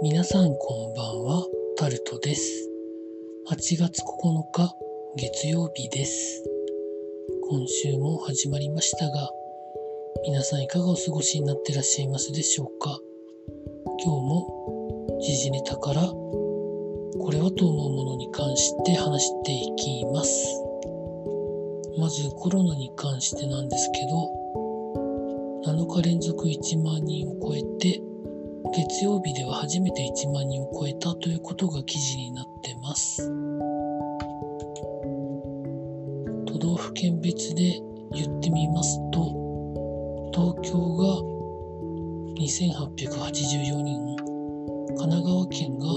皆さんこんばんは、タルトです。8月9日月曜日です。今週も始まりましたが、皆さんいかがお過ごしになっていらっしゃいますでしょうか。今日も時事ネタからこれはと思うものに関して話していきます。まずコロナに関してなんですけど、7日連続1万人を超えて、月曜日では初めて1万人を超えたということが記事になってます。都道府県別で言ってみますと、東京が2884人、神奈川県が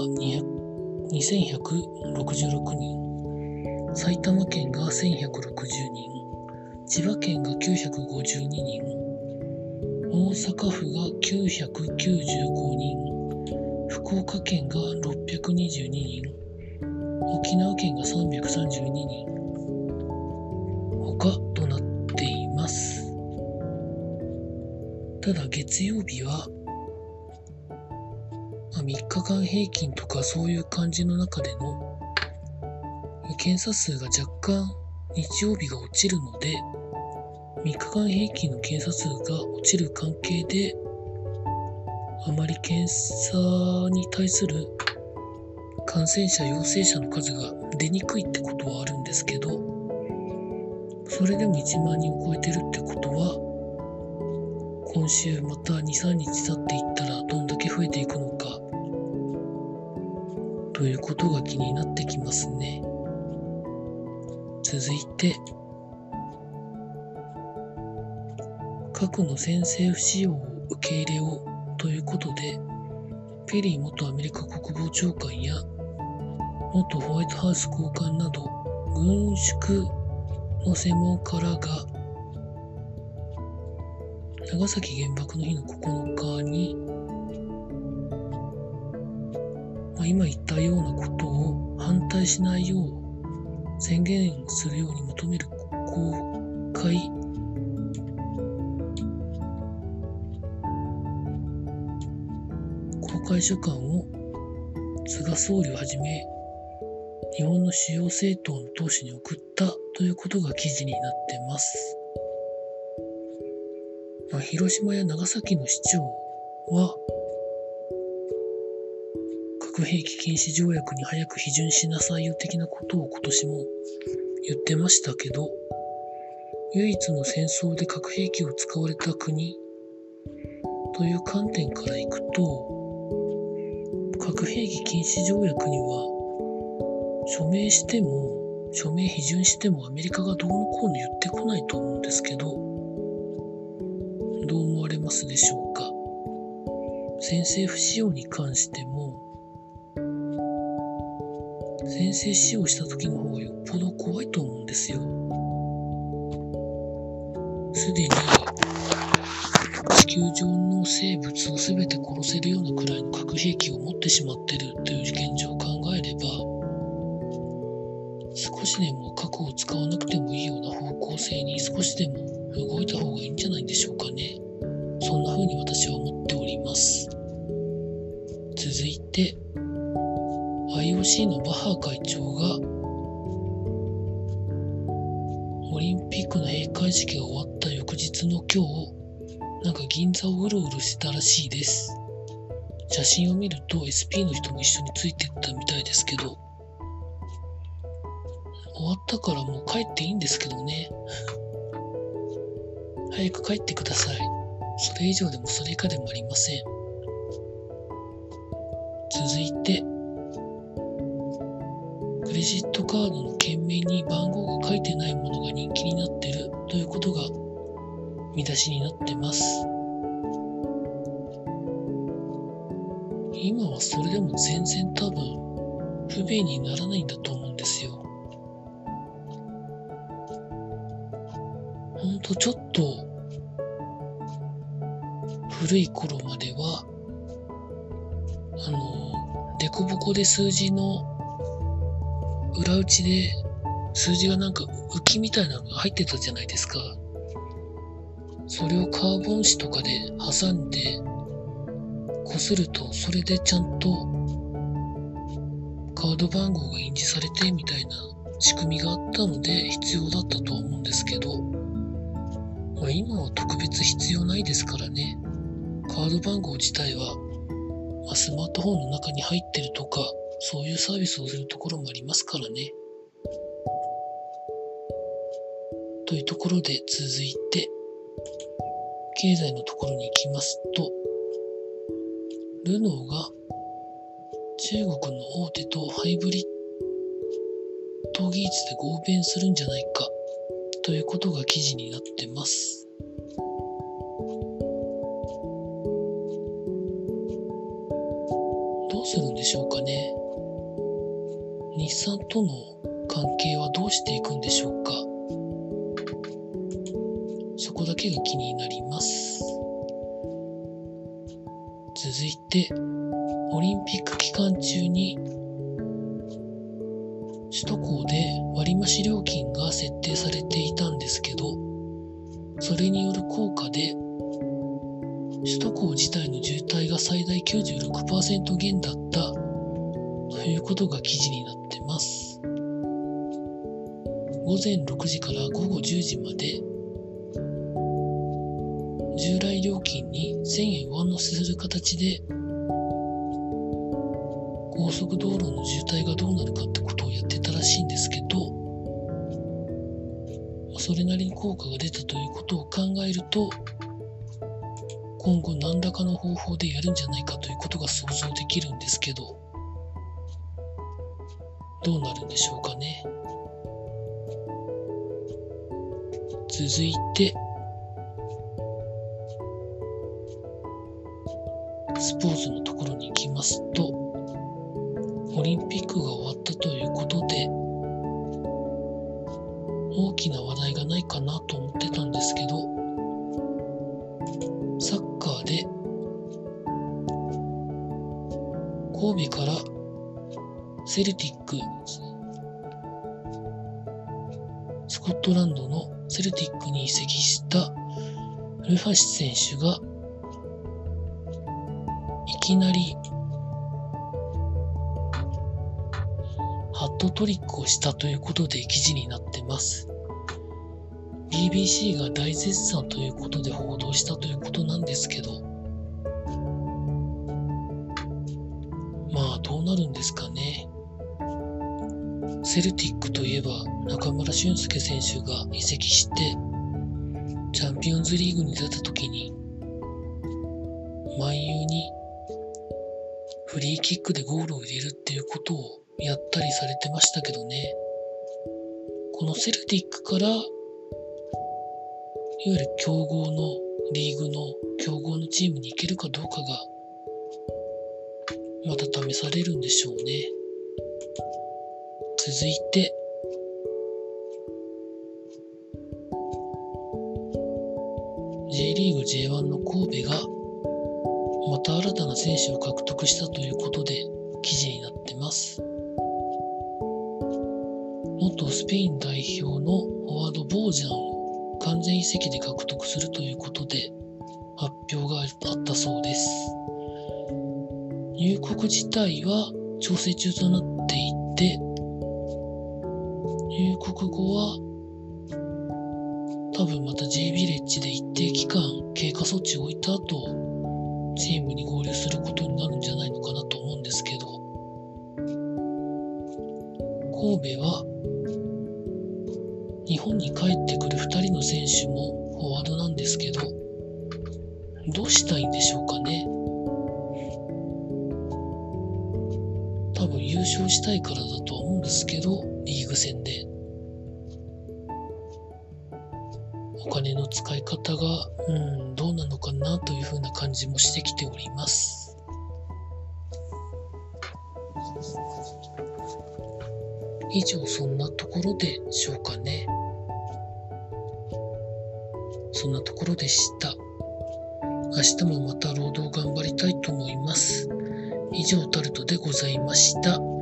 2166人、埼玉県が1160人、千葉県が952人、大阪府が995人、福岡県が622人、沖縄県が332人、他となっています。ただ月曜日は、3日間平均とかそういう感じの中での検査数が若干日曜日が落ちるので、3日間平均の検査数が落ちる関係で、あまり検査に対する感染者陽性者の数が出にくいってことはあるんですけど、それでも1万人を超えてるってことは、今週また 2,3 日経っていったらどんだけ増えていくのかということが気になってきますね。続いて、核の先制不使用を受け入れようということで、ペリー元アメリカ国防長官や元ホワイトハウス高官など軍縮の専門家らが長崎原爆の日の9日に、今言ったようなことを反対しないよう宣言するように求める公開書簡を菅総理をはじめ日本の主要政党の党首に送ったということが記事になってます。広島や長崎の市長は核兵器禁止条約に早く批准しなさいよ的なことを今年も言ってましたけど、唯一の戦争で核兵器を使われた国という観点からいくと、核兵器禁止条約には署名批准してもアメリカがどうのこうの言ってこないと思うんですけど、どう思われますでしょうか。先制不使用に関しても、先制使用した時の方がよっぽど怖いと思うんですよ。すでに地球上の生物を全て殺せるようなくらいの核兵器を持ってしまっているという現状を考えれば、少しでも核を使わなくてもいいような方向性に少しでも動いた方がいいんじゃないでしょうかね。そんな風に私は思っております。続いて、IOC のバッハ会長がオリンピックの閉会式が終わった翌日の今日、銀座をうろうろしてたらしいです。写真を見ると SP の人も一緒についてったみたいですけど、終わったからもう帰っていいんですけどね。早く帰ってください。それ以上でもそれ以下でもありません。続いて、クレジットカードの件名に番号が書いてないものが人気になってるということが見出しになってます。今はそれでも全然多分不便にならないんだと思うんですよ。ほんとちょっと古い頃まではデコボコで数字の裏打ちで数字が浮きみたいなのが入ってたじゃないですか。それをカーボン紙とかで挟んでこするとそれでちゃんとカード番号が印字されてみたいな仕組みがあったので必要だったとは思うんですけど、今は特別必要ないですからね。カード番号自体は、スマートフォンの中に入ってるとか、そういうサービスをするところもありますからね。というところで続いて、経済のところに行きますと、ルノーが中国の大手とハイブリッド技術で合弁するんじゃないかということが記事になってます。どうするんでしょうかね。日産との関係はどうしていくんでしょうか。そこだけが気になります。続いて、オリンピック期間中に首都高で割増料金が設定されていたんですけど、それによる効果で首都高自体の渋滞が最大 96% 減だったということが記事になってます。午前6時から午後10時まで従来料金に1000円上乗せする形で高速道路の渋滞がどうなるかってことをやってたらしいんですけど、それなりに効果が出たということを考えると、今後何らかの方法でやるんじゃないかということが想像できるんですけど、どうなるんでしょうかね。続いて、スポーツのところに行きますと、オリンピックが終わったということで、大きな話題がないかなと思ってたんですけど、サッカーで神戸からセルティック、スコットランドのセルティックに移籍したルファシ選手がいきなりハットトリックをしたということで記事になってます。BBC が大絶賛ということで報道したということなんですけど、どうなるんですかね。セルティックといえば中村俊輔選手が移籍してチャンピオンズリーグに出た時にマンユーにフリーキックでゴールを入れるっていうことをやったりされてましたけどね。このセルティックからいわゆる強豪のリーグの強豪のチームに行けるかどうかがまた試されるんでしょうね。続いて、J リーグ J1 の神戸がまた新たな選手を獲得したということで記事になってます。元スペイン代表のフォワードボージャンを完全移籍で獲得するということで発表があったそうです。入国自体は調整中となっていて、入国後は多分また J ビレッジで一定期間経過措置を置いた後チームに合流することになるんじゃないのかなと思うんですけど、神戸は日本に帰ってくる2人の選手もフォワードなんですけど、どうしたいんでしょうかね。多分優勝したいからだとは思うんですけど、リーグ戦でお金の使い方がどうなのかなというふうな感じもしてきております。以上そんなところでしょうかね。そんなところでした。明日もまた労働頑張りたいと思います。以上タルトでございました。